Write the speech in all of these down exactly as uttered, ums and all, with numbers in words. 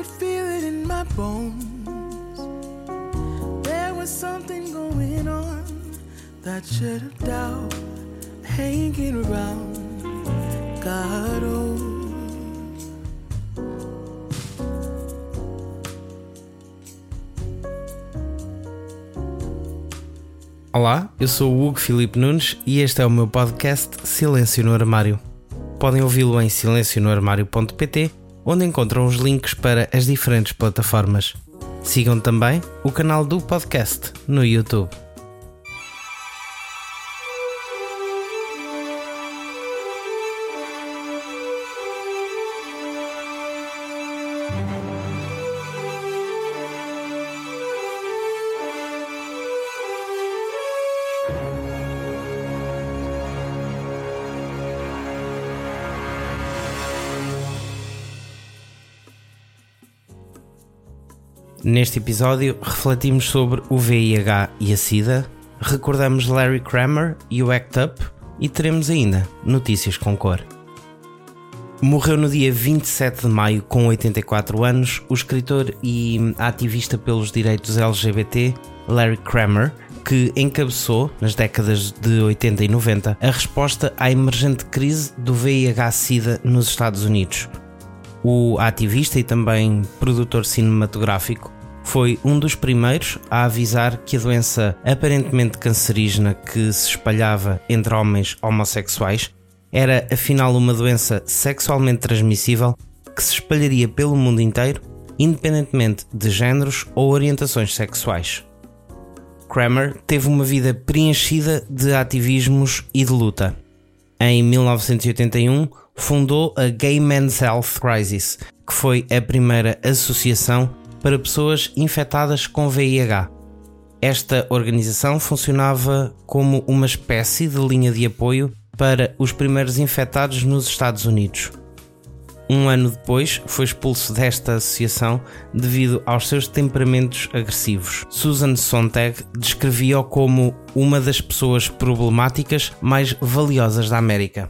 could feel it in my bones. There was something going on that should have doubt hanging around. God, oh. Olá, eu sou o Hugo Filipe Nunes e este é o meu podcast Silêncio no Armário. Podem ouvi-lo em silencio no armário ponto pt, onde encontram os links para as diferentes plataformas. Sigam também o canal do podcast no YouTube. Neste episódio refletimos sobre o V I H e a SIDA, recordamos Larry Kramer e o ACT UP e teremos ainda notícias com cor. Morreu no dia vinte e sete de maio com oitenta e quatro anos o escritor e ativista pelos direitos L G B T Larry Kramer, que encabeçou, nas décadas de oitenta e noventa, a resposta à emergente crise do V I H SIDA nos Estados Unidos. O ativista e também produtor cinematográfico foi um dos primeiros a avisar que a doença aparentemente cancerígena que se espalhava entre homens homossexuais era afinal uma doença sexualmente transmissível que se espalharia pelo mundo inteiro, independentemente de géneros ou orientações sexuais. Kramer teve uma vida preenchida de ativismos e de luta. Em mil novecentos e oitenta e um, fundou a Gay Men's Health Crisis, que foi a primeira associação para pessoas infectadas com V I H. Esta organização funcionava como uma espécie de linha de apoio para os primeiros infectados nos Estados Unidos. Um ano depois, foi expulso desta associação devido aos seus temperamentos agressivos. Susan Sontag descrevia-o como uma das pessoas problemáticas mais valiosas da América.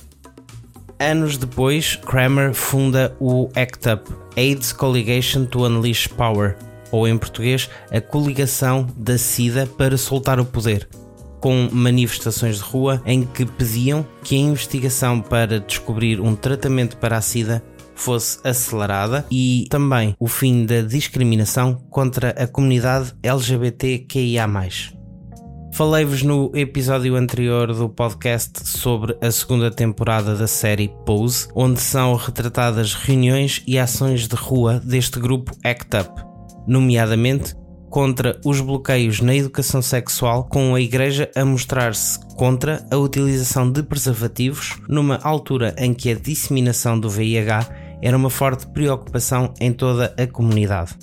Anos depois, Kramer funda o ACT UP, AIDS Coalition to Unleash Power, ou em português, a Coligação da SIDA para soltar o poder, com manifestações de rua em que pediam que a investigação para descobrir um tratamento para a SIDA fosse acelerada e também o fim da discriminação contra a comunidade L G B T Q I A mais. Falei-vos no episódio anterior do podcast sobre a segunda temporada da série Pose, onde são retratadas reuniões e ações de rua deste grupo ACT UP, nomeadamente contra os bloqueios na educação sexual, com a Igreja a mostrar-se contra a utilização de preservativos numa altura em que a disseminação do V I H era uma forte preocupação em toda a comunidade.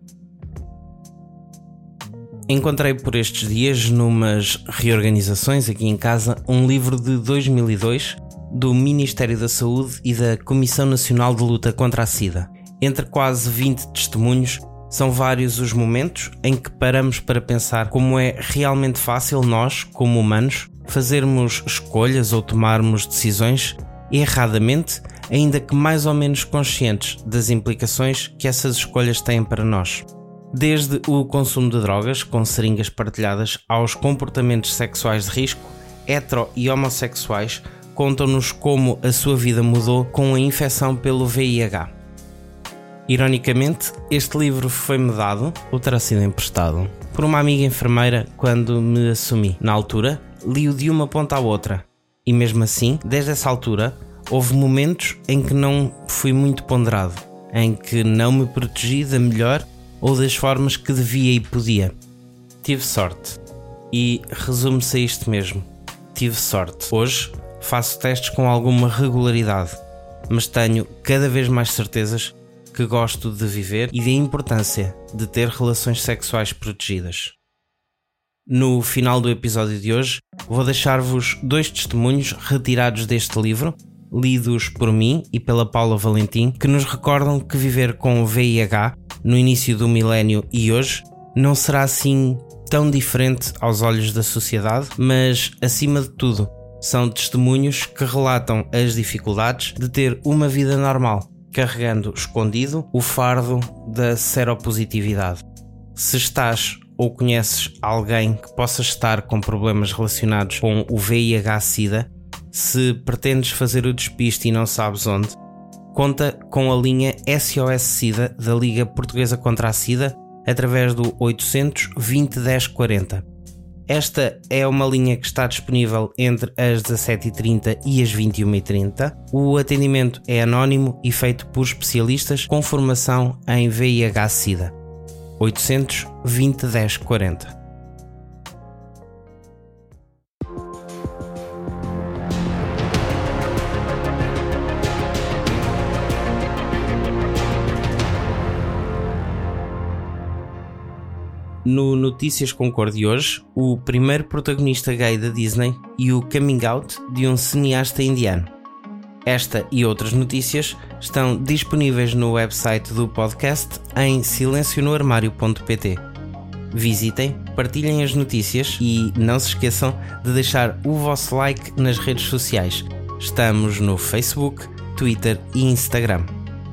Encontrei por estes dias, numas reorganizações aqui em casa, um livro de dois mil e dois do Ministério da Saúde e da Comissão Nacional de Luta contra a SIDA. Entre quase vinte testemunhos, são vários os momentos em que paramos para pensar como é realmente fácil nós, como humanos, fazermos escolhas ou tomarmos decisões erradamente, ainda que mais ou menos conscientes das implicações que essas escolhas têm para nós. Desde o consumo de drogas com seringas partilhadas aos comportamentos sexuais de risco, hetero e homossexuais contam-nos como a sua vida mudou com a infecção pelo V I H. Ironicamente, este livro foi-me dado, ou terá sido emprestado, por uma amiga enfermeira quando me assumi. Na altura, li-o de uma ponta à outra, e mesmo assim, desde essa altura, houve momentos em que não fui muito ponderado, em que não me protegi da melhor ou das formas que devia e podia. Tive sorte. E resume-se a isto mesmo. Tive sorte. Hoje faço testes com alguma regularidade, mas tenho cada vez mais certezas que gosto de viver e da importância de ter relações sexuais protegidas. No final do episódio de hoje, vou deixar-vos dois testemunhos retirados deste livro, lidos por mim e pela Paula Valentim, que nos recordam que viver com o V I H no início do milénio e hoje não será assim tão diferente aos olhos da sociedade, mas, acima de tudo, são testemunhos que relatam as dificuldades de ter uma vida normal, carregando escondido o fardo da seropositividade. Se estás ou conheces alguém que possa estar com problemas relacionados com o V I H-Sida, se pretendes fazer o despiste e não sabes onde, conta com a linha S O S SIDA da Liga Portuguesa contra a SIDA através do oitocentos, vinte, dez, quarenta. Esta é uma linha que está disponível entre as dezassete e trinta e as vinte e uma e trinta. O atendimento é anónimo e feito por especialistas com formação em V I H-Sida. oitocentos, vinte, dez, quarenta. No Notícias com Cor de hoje, o primeiro protagonista gay da Disney e o coming out de um cineasta indiano. Esta e outras notícias estão disponíveis no website do podcast em silencio no armário ponto pt. Visitem, partilhem as notícias e não se esqueçam de deixar o vosso like nas redes sociais. Estamos no Facebook, Twitter e Instagram.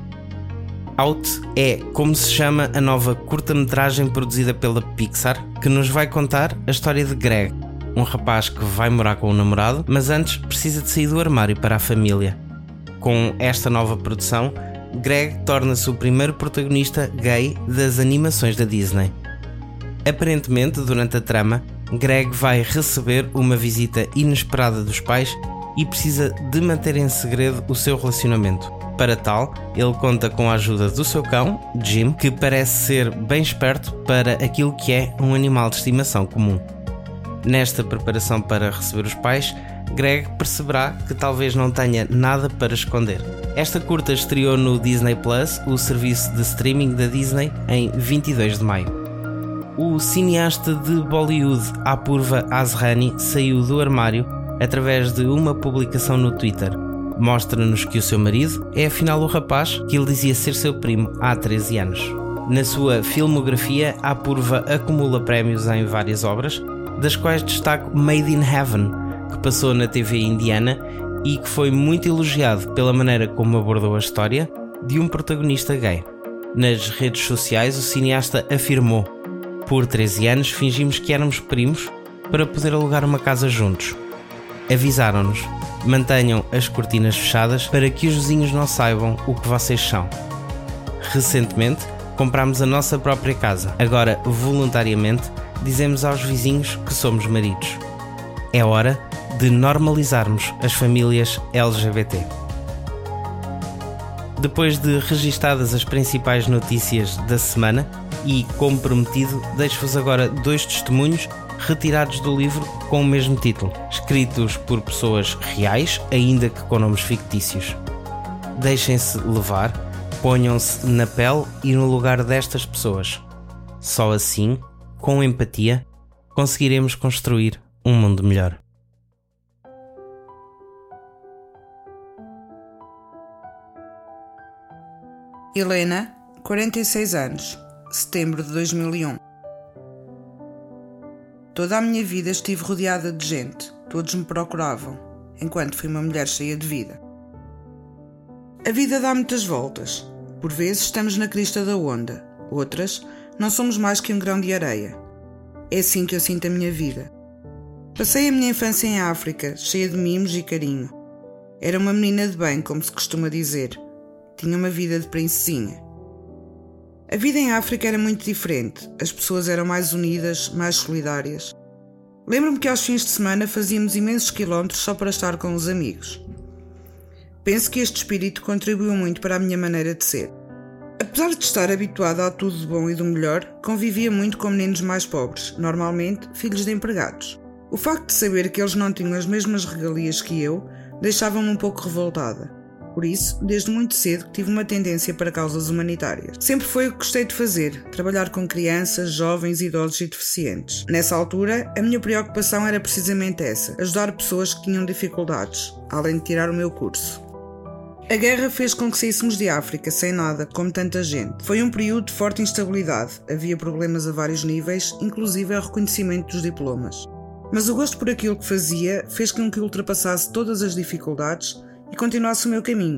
Out é como se chama a nova curta-metragem produzida pela Pixar, que nos vai contar a história de Greg, um rapaz que vai morar com o namorado, mas antes precisa de sair do armário para a família. Com esta nova produção, Greg torna-se o primeiro protagonista gay das animações da Disney. Aparentemente, durante a trama, Greg vai receber uma visita inesperada dos pais e precisa de manter em segredo o seu relacionamento. Para tal, ele conta com a ajuda do seu cão, Jim, que parece ser bem esperto para aquilo que é um animal de estimação comum. Nesta preparação para receber os pais, Greg perceberá que talvez não tenha nada para esconder. Esta curta estreou no Disney Plus, o serviço de streaming da Disney, em vinte e dois de maio. O cineasta de Bollywood Apurva Azrani saiu do armário através de uma publicação no Twitter. Mostra-nos que o seu marido é afinal o rapaz que ele dizia ser seu primo há treze anos. Na sua filmografia, Apurva acumula prémios em várias obras, das quais destaco Made in Heaven, que passou na T V indiana e que foi muito elogiado pela maneira como abordou a história de um protagonista gay. Nas redes sociais, o cineasta afirmou: "Por treze anos fingimos que éramos primos para poder alugar uma casa juntos. Avisaram-nos: mantenham as cortinas fechadas para que os vizinhos não saibam o que vocês são. Recentemente, comprámos a nossa própria casa. Agora, voluntariamente, dizemos aos vizinhos que somos maridos. É hora de normalizarmos as famílias L G B T." Depois de registadas as principais notícias da semana e, como prometido, deixo-vos agora dois testemunhos retirados do livro com o mesmo título, escritos por pessoas reais, ainda que com nomes fictícios. Deixem-se levar, ponham-se na pele e no lugar destas pessoas. Só assim, com empatia, conseguiremos construir um mundo melhor. Helena, quarenta e seis anos, setembro de dois mil e um. Toda a minha vida estive rodeada de gente, todos me procuravam, enquanto fui uma mulher cheia de vida. A vida dá muitas voltas. Por vezes estamos na crista da onda, outras não somos mais que um grão de areia. É assim que eu sinto a minha vida. Passei a minha infância em África, cheia de mimos e carinho. Era uma menina de bem, como se costuma dizer. Tinha uma vida de princesinha. A vida em África era muito diferente. As pessoas eram mais unidas, mais solidárias. Lembro-me que aos fins de semana fazíamos imensos quilómetros só para estar com os amigos. Penso que este espírito contribuiu muito para a minha maneira de ser. Apesar de estar habituada a tudo de bom e do melhor, convivia muito com meninos mais pobres, normalmente filhos de empregados. O facto de saber que eles não tinham as mesmas regalias que eu deixava-me um pouco revoltada. Por isso, desde muito cedo tive uma tendência para causas humanitárias. Sempre foi o que gostei de fazer, trabalhar com crianças, jovens, idosos e deficientes. Nessa altura, a minha preocupação era precisamente essa, ajudar pessoas que tinham dificuldades, além de tirar o meu curso. A guerra fez com que saíssemos de África sem nada, como tanta gente. Foi um período de forte instabilidade, havia problemas a vários níveis, inclusive o reconhecimento dos diplomas. Mas o gosto por aquilo que fazia fez com que ultrapassasse todas as dificuldades e continuasse o meu caminho,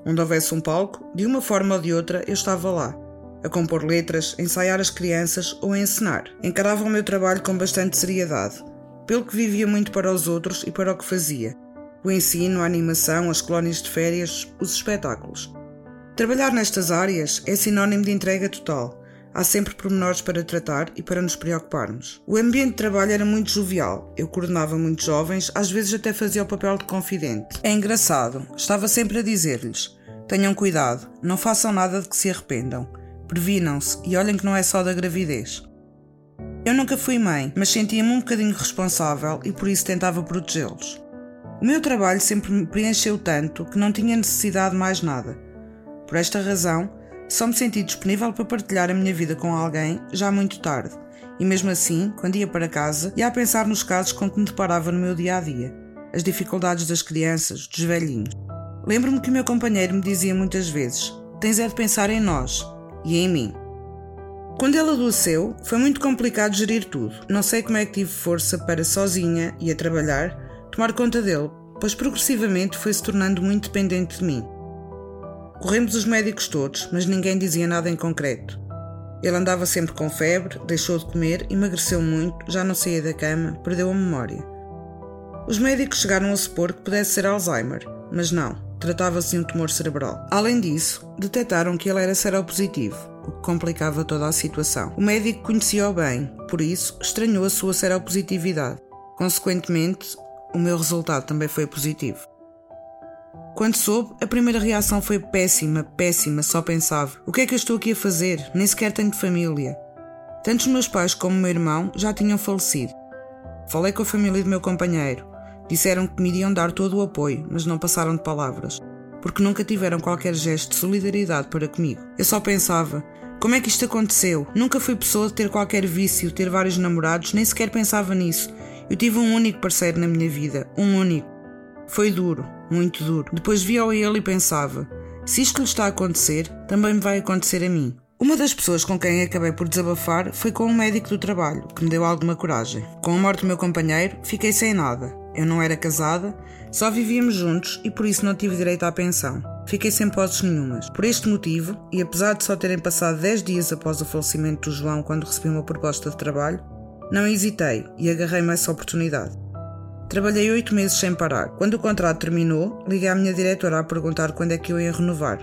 Onde houvesse um palco, de uma forma ou de outra eu estava lá, a compor letras, a ensaiar as crianças ou a encenar. Encarava o meu trabalho com bastante seriedade, pelo que vivia muito para os outros e para o que fazia. O ensino, a animação, as colónias de férias, os espetáculos. Trabalhar nestas áreas é sinónimo de entrega total. Há sempre pormenores para tratar e para nos preocuparmos. O ambiente de trabalho era muito jovial. Eu coordenava muitos jovens, às vezes até fazia o papel de confidente. É engraçado, estava sempre a dizer-lhes: tenham cuidado, não façam nada de que se arrependam. Previnam-se e olhem que não é só da gravidez. Eu nunca fui mãe, mas sentia-me um bocadinho responsável e por isso tentava protegê-los. O meu trabalho sempre me preencheu tanto que não tinha necessidade de mais nada. Por esta razão, só me senti disponível para partilhar a minha vida com alguém já muito tarde, e mesmo assim, quando ia para casa, ia a pensar nos casos com que me deparava no meu dia-a-dia, as dificuldades das crianças, dos velhinhos. Lembro-me que o meu companheiro me dizia muitas vezes: tens é de pensar em nós e em mim. Quando ele adoeceu, foi muito complicado gerir tudo. Não sei como é que tive força para, sozinha e a trabalhar, tomar conta dele, pois progressivamente foi se tornando muito dependente de mim. Corremos os médicos todos, mas ninguém dizia nada em concreto. Ele andava sempre com febre, deixou de comer, emagreceu muito, já não saía da cama, perdeu a memória. Os médicos chegaram a supor que pudesse ser Alzheimer, mas não, tratava-se de um tumor cerebral. Além disso, detectaram que ele era seropositivo, o que complicava toda a situação. O médico conhecia-o bem, por isso estranhou a sua seropositividade. Consequentemente, o meu resultado também foi positivo. Quando soube, a primeira reação foi péssima, péssima, só pensava: o que é que eu estou aqui a fazer? Nem sequer tenho família. Tanto os meus pais como o meu irmão já tinham falecido. Falei com a família do meu companheiro. Disseram que me iriam dar todo o apoio, mas não passaram de palavras, porque nunca tiveram qualquer gesto de solidariedade para comigo. Eu só pensava: como é que isto aconteceu? Nunca fui pessoa de ter qualquer vício, ter vários namorados, nem sequer pensava nisso. Eu tive um único parceiro na minha vida, um único. Foi duro, muito duro. Depois via-o a ele e pensava: se isto lhe está a acontecer, também me vai acontecer a mim. Uma das pessoas com quem acabei por desabafar foi com um médico do trabalho, que me deu alguma coragem. Com a morte do meu companheiro, fiquei sem nada. Eu não era casada, só vivíamos juntos e por isso não tive direito à pensão. Fiquei sem posses nenhumas. Por este motivo, e apesar de só terem passado dez dias após o falecimento do João quando recebi uma proposta de trabalho, não hesitei e agarrei-me a essa oportunidade. Trabalhei oito meses sem parar. Quando o contrato terminou, liguei à minha diretora a perguntar quando é que eu ia renovar.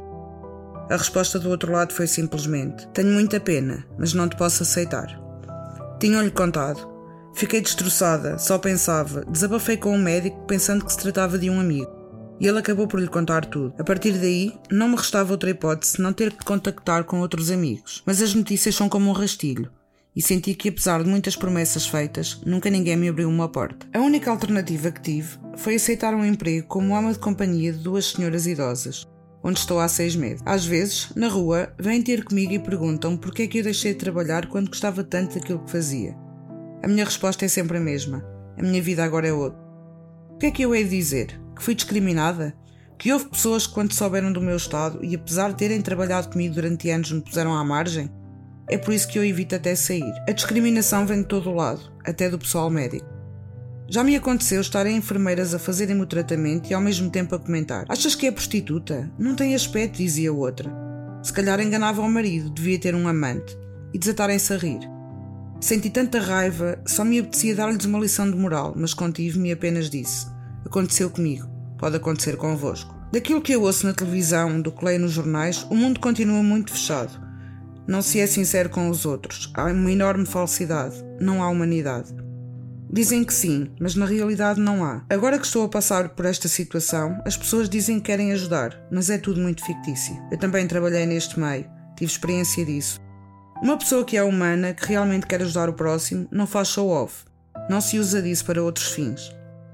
A resposta do outro lado foi simplesmente: tenho muita pena, mas não te posso aceitar. Tinham-lhe contado. Fiquei destroçada, só pensava. Desabafei com um médico pensando que se tratava de um amigo. E ele acabou por lhe contar tudo. A partir daí, não me restava outra hipótese senão ter que contactar com outros amigos. Mas as notícias são como um rastilho. E senti que, apesar de muitas promessas feitas, nunca ninguém me abriu uma porta. A única alternativa que tive foi aceitar um emprego como ama de companhia de duas senhoras idosas, onde estou há seis meses. Às vezes, na rua, vêm ter comigo e perguntam porque é que eu deixei de trabalhar quando gostava tanto daquilo que fazia. A minha resposta é sempre a mesma: a minha vida agora é outra. O que é que eu hei de dizer? Que fui discriminada? Que houve pessoas que, quando souberam do meu estado e apesar de terem trabalhado comigo durante anos, me puseram à margem? É por isso que eu evito até sair. A discriminação vem de todo o lado, até do pessoal médico. Já me aconteceu estarem enfermeiras a fazerem-me o tratamento e ao mesmo tempo a comentar: achas que é prostituta? Não tem aspecto, dizia outra. Se calhar enganava o marido, devia ter um amante. E desatarem-se a rir. Senti tanta raiva, só me apetecia dar-lhes uma lição de moral, mas contive-me e apenas disse: aconteceu comigo, pode acontecer convosco. Daquilo que eu ouço na televisão, do que leio nos jornais, o mundo continua muito fechado. Não se é sincero com os outros, há uma enorme falsidade, não há humanidade. Dizem que sim, mas na realidade não há. Agora que estou a passar por esta situação, as pessoas dizem que querem ajudar, mas é tudo muito fictício. Eu também trabalhei neste meio, tive experiência disso. Uma pessoa que é humana, que realmente quer ajudar o próximo, não faz show-off, não se usa disso para outros fins.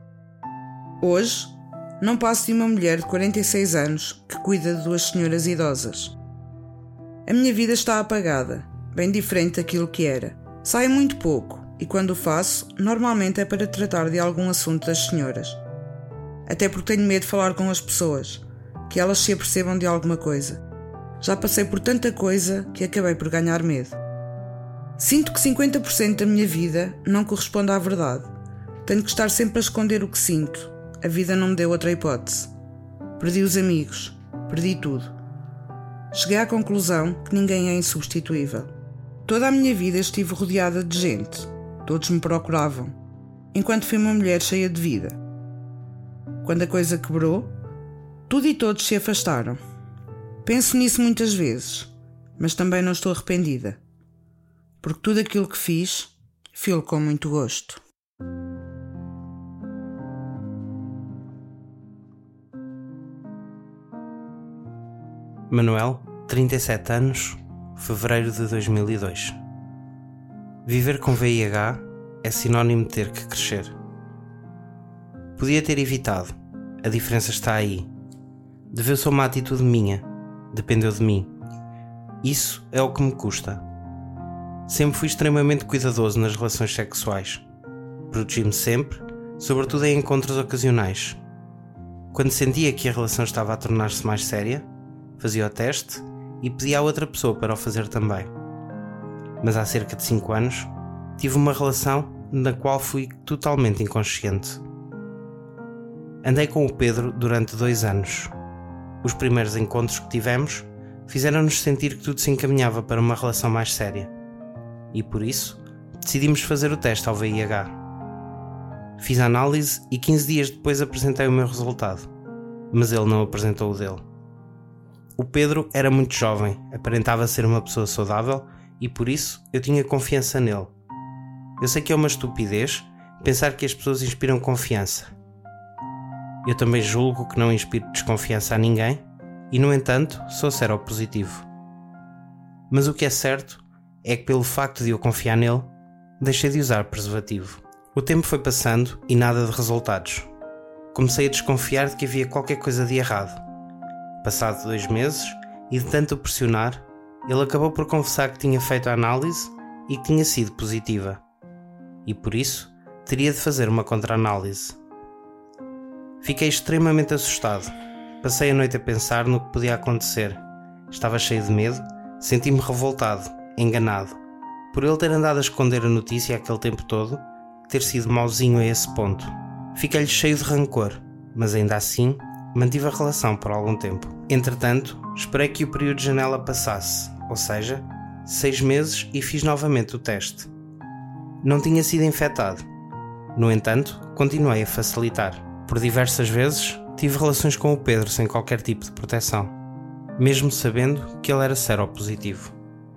Hoje, não passo de uma mulher de quarenta e seis anos que cuida de duas senhoras idosas. A minha vida está apagada, bem diferente daquilo que era. Saio muito pouco e quando o faço, normalmente é para tratar de algum assunto das senhoras. Até porque tenho medo de falar com as pessoas, que elas se apercebam de alguma coisa. Já passei por tanta coisa que acabei por ganhar medo. Sinto que cinquenta por cento da minha vida não corresponde à verdade. Tenho que estar sempre a esconder o que sinto. A vida não me deu outra hipótese. Perdi os amigos, Perdi tudo. Cheguei à conclusão que ninguém é insubstituível. Toda a minha vida estive rodeada de gente. Todos me procuravam, enquanto fui uma mulher cheia de vida. Quando a coisa quebrou, tudo e todos se afastaram. Penso nisso muitas vezes, mas também não estou arrependida, porque tudo aquilo que fiz, fiz-lo com muito gosto. Manuel, trinta e sete anos, fevereiro de dois mil e dois. Viver com V I H é sinónimo de ter que crescer. Podia ter evitado, a diferença está aí. Deveu-se a uma atitude minha, dependeu de mim. Isso é o que me custa. Sempre fui extremamente cuidadoso nas relações sexuais. Protegi-me sempre, sobretudo em encontros ocasionais. Quando sentia que a relação estava a tornar-se mais séria, fazia o teste e pedia a outra pessoa para o fazer também. Mas há cerca de cinco anos tive uma relação na qual fui totalmente inconsciente. Andei com o Pedro durante dois anos. Os primeiros encontros que tivemos fizeram-nos sentir que tudo se encaminhava para uma relação mais séria. E por isso decidimos fazer o teste ao V I H. Fiz a análise e quinze dias depois apresentei o meu resultado, mas ele não apresentou o dele. O Pedro era muito jovem, aparentava ser uma pessoa saudável e por isso eu tinha confiança nele. Eu sei que é uma estupidez pensar que as pessoas inspiram confiança. Eu também julgo que não inspiro desconfiança a ninguém e, no entanto, sou seropositivo. Mas o que é certo é que, pelo facto de eu confiar nele, deixei de usar preservativo. O tempo foi passando e nada de resultados. Comecei a desconfiar de que havia qualquer coisa de errado. Passado dois meses, e de tanto o pressionar, ele acabou por confessar que tinha feito a análise e que tinha sido positiva. E por isso, teria de fazer uma contra-análise. Fiquei extremamente assustado. Passei a noite a pensar no que podia acontecer. Estava cheio de medo, senti-me revoltado, enganado, por ele ter andado a esconder a notícia aquele tempo todo, ter sido mauzinho a esse ponto. Fiquei-lhe cheio de rancor, mas ainda assim mantive a relação por algum tempo. Entretanto, esperei que o período de janela passasse, ou seja, seis meses, e fiz novamente o teste. Não tinha sido infectado. No entanto, continuei a facilitar. Por diversas vezes, tive relações com o Pedro sem qualquer tipo de proteção, mesmo sabendo que ele era seropositivo.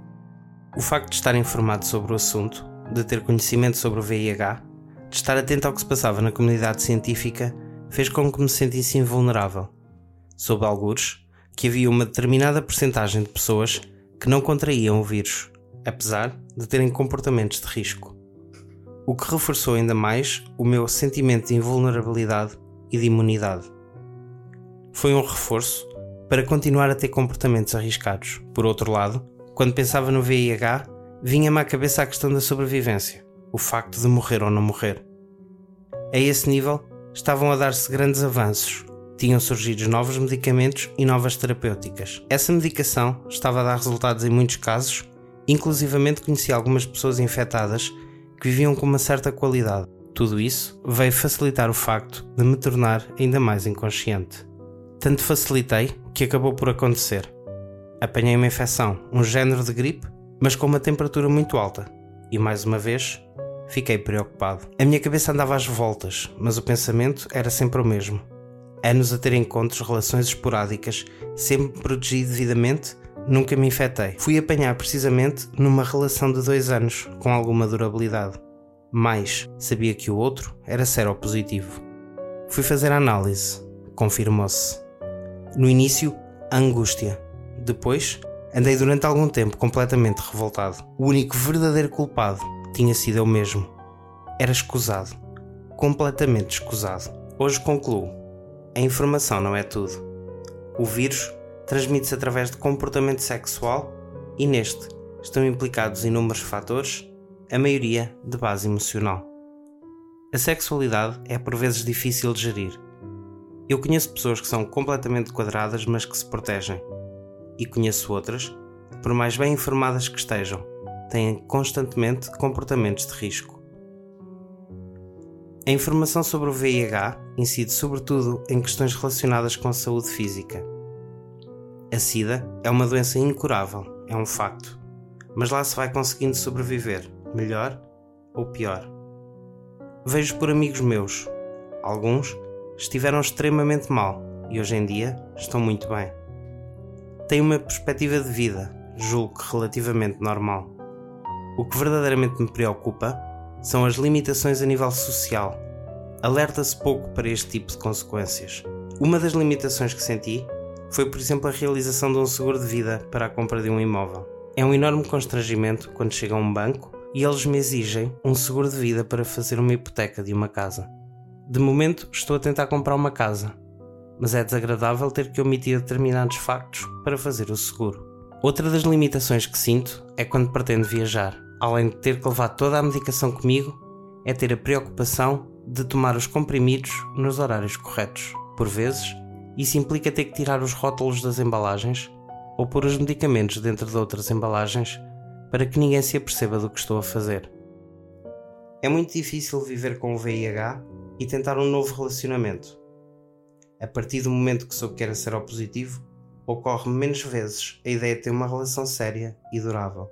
O facto de estar informado sobre o assunto, de ter conhecimento sobre o V I H, de estar atento ao que se passava na comunidade científica, fez com que me sentisse invulnerável. Soube algures que havia uma determinada percentagem de pessoas que não contraíam o vírus, apesar de terem comportamentos de risco. O que reforçou ainda mais o meu sentimento de invulnerabilidade e de imunidade. Foi um reforço para continuar a ter comportamentos arriscados. Por outro lado, quando pensava no V I H, vinha-me à cabeça a questão da sobrevivência, o facto de morrer ou não morrer. A esse nível, estavam a dar-se grandes avanços, tinham surgido novos medicamentos e novas terapêuticas. Essa medicação estava a dar resultados em muitos casos, inclusivamente conheci algumas pessoas infectadas que viviam com uma certa qualidade. Tudo isso veio facilitar o facto de me tornar ainda mais inconsciente. Tanto facilitei que acabou por acontecer. Apanhei uma infecção, um género de gripe, mas com uma temperatura muito alta, e mais uma vez fiquei preocupado. A minha cabeça andava às voltas, mas o pensamento era sempre o mesmo. Anos a ter encontros, relações esporádicas, sempre protegi devidamente, nunca me infectei. Fui apanhar precisamente numa relação de dois anos, com alguma durabilidade. Mas sabia que o outro era seropositivo. Fui fazer a análise, confirmou-se. No início, a angústia. Depois, andei durante algum tempo completamente revoltado. O único verdadeiro culpado tinha sido eu mesmo. Era escusado. Completamente escusado. Hoje concluo. A informação não é tudo. O vírus transmite-se através de comportamento sexual e neste estão implicados inúmeros fatores, a maioria de base emocional. A sexualidade é por vezes difícil de gerir. Eu conheço pessoas que são completamente quadradas, mas que se protegem. E conheço outras, por mais bem informadas que estejam, têm constantemente comportamentos de risco. A informação sobre o V I H incide sobretudo em questões relacionadas com a saúde física. A SIDA é uma doença incurável, é um facto, mas lá se vai conseguindo sobreviver, melhor ou pior. Vejo por amigos meus, alguns estiveram extremamente mal e hoje em dia estão muito bem. Tenho uma perspectiva de vida, julgo que relativamente normal. O que verdadeiramente me preocupa são as limitações a nível social. Alerta-se pouco para este tipo de consequências. Uma das limitações que senti foi, por exemplo, a realização de um seguro de vida para a compra de um imóvel. É um enorme constrangimento quando chego a um banco e eles me exigem um seguro de vida para fazer uma hipoteca de uma casa. De momento, estou a tentar comprar uma casa, mas é desagradável ter que omitir determinados factos para fazer o seguro. Outra das limitações que sinto é quando pretendo viajar. Além de ter que levar toda a medicação comigo, é ter a preocupação de tomar os comprimidos nos horários corretos. Por vezes, isso implica ter que tirar os rótulos das embalagens ou pôr os medicamentos dentro de outras embalagens para que ninguém se aperceba do que estou a fazer. É muito difícil viver com o V I H e tentar um novo relacionamento. A partir do momento que soube que era seropositivo, ocorre menos vezes a ideia de ter uma relação séria e durável.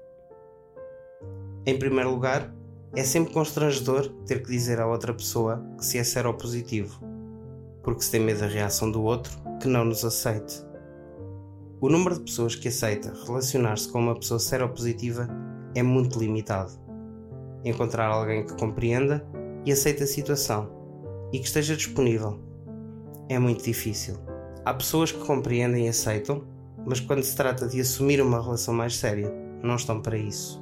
Em primeiro lugar, é sempre constrangedor ter que dizer à outra pessoa que se é seropositivo, porque se tem medo da reação do outro que não nos aceite. O número de pessoas que aceita relacionar-se com uma pessoa seropositiva é muito limitado. Encontrar alguém que compreenda e aceite a situação e que esteja disponível é muito difícil. Há pessoas que compreendem e aceitam, mas quando se trata de assumir uma relação mais séria, não estão para isso.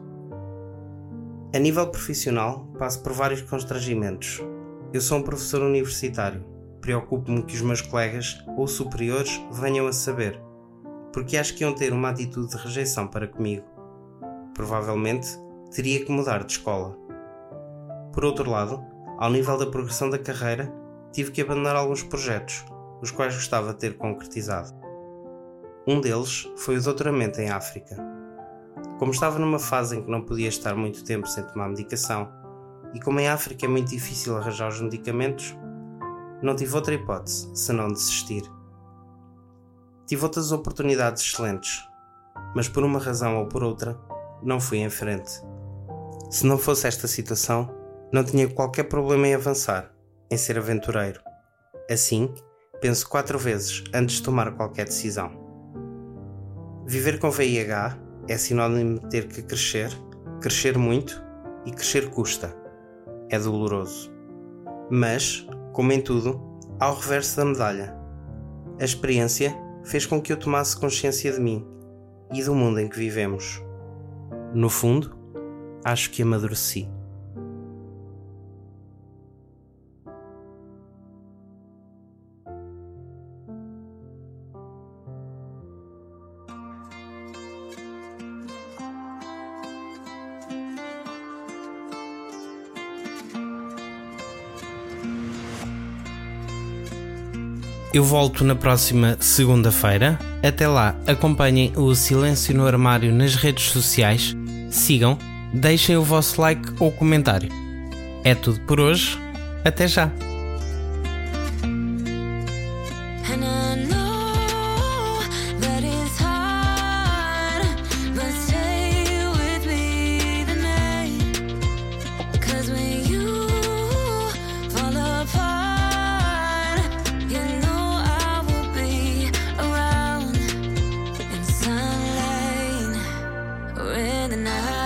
A nível profissional, passo por vários constrangimentos. Eu sou um professor universitário. Preocupo-me que os meus colegas ou superiores venham a saber, porque acho que iam ter uma atitude de rejeição para comigo. Provavelmente, teria que mudar de escola. Por outro lado, ao nível da progressão da carreira, tive que abandonar alguns projetos, os quais gostava de ter concretizado. Um deles foi o doutoramento em África. Como estava numa fase em que não podia estar muito tempo sem tomar medicação, e como em África é muito difícil arranjar os medicamentos, não tive outra hipótese senão desistir. Tive outras oportunidades excelentes, mas por uma razão ou por outra, não fui em frente. Se não fosse esta situação, não tinha qualquer problema em avançar, em ser aventureiro. Assim, penso quatro vezes antes de tomar qualquer decisão. Viver com V I H é sinónimo de ter que crescer, crescer muito e crescer custa. É doloroso. Mas, como em tudo, há o reverso da medalha. A experiência fez com que eu tomasse consciência de mim e do mundo em que vivemos. No fundo, acho que amadureci. Eu volto na próxima segunda-feira. Até lá, acompanhem o Silêncio no Armário nas redes sociais, sigam, deixem o vosso like ou comentário. É tudo por hoje. Até já! The night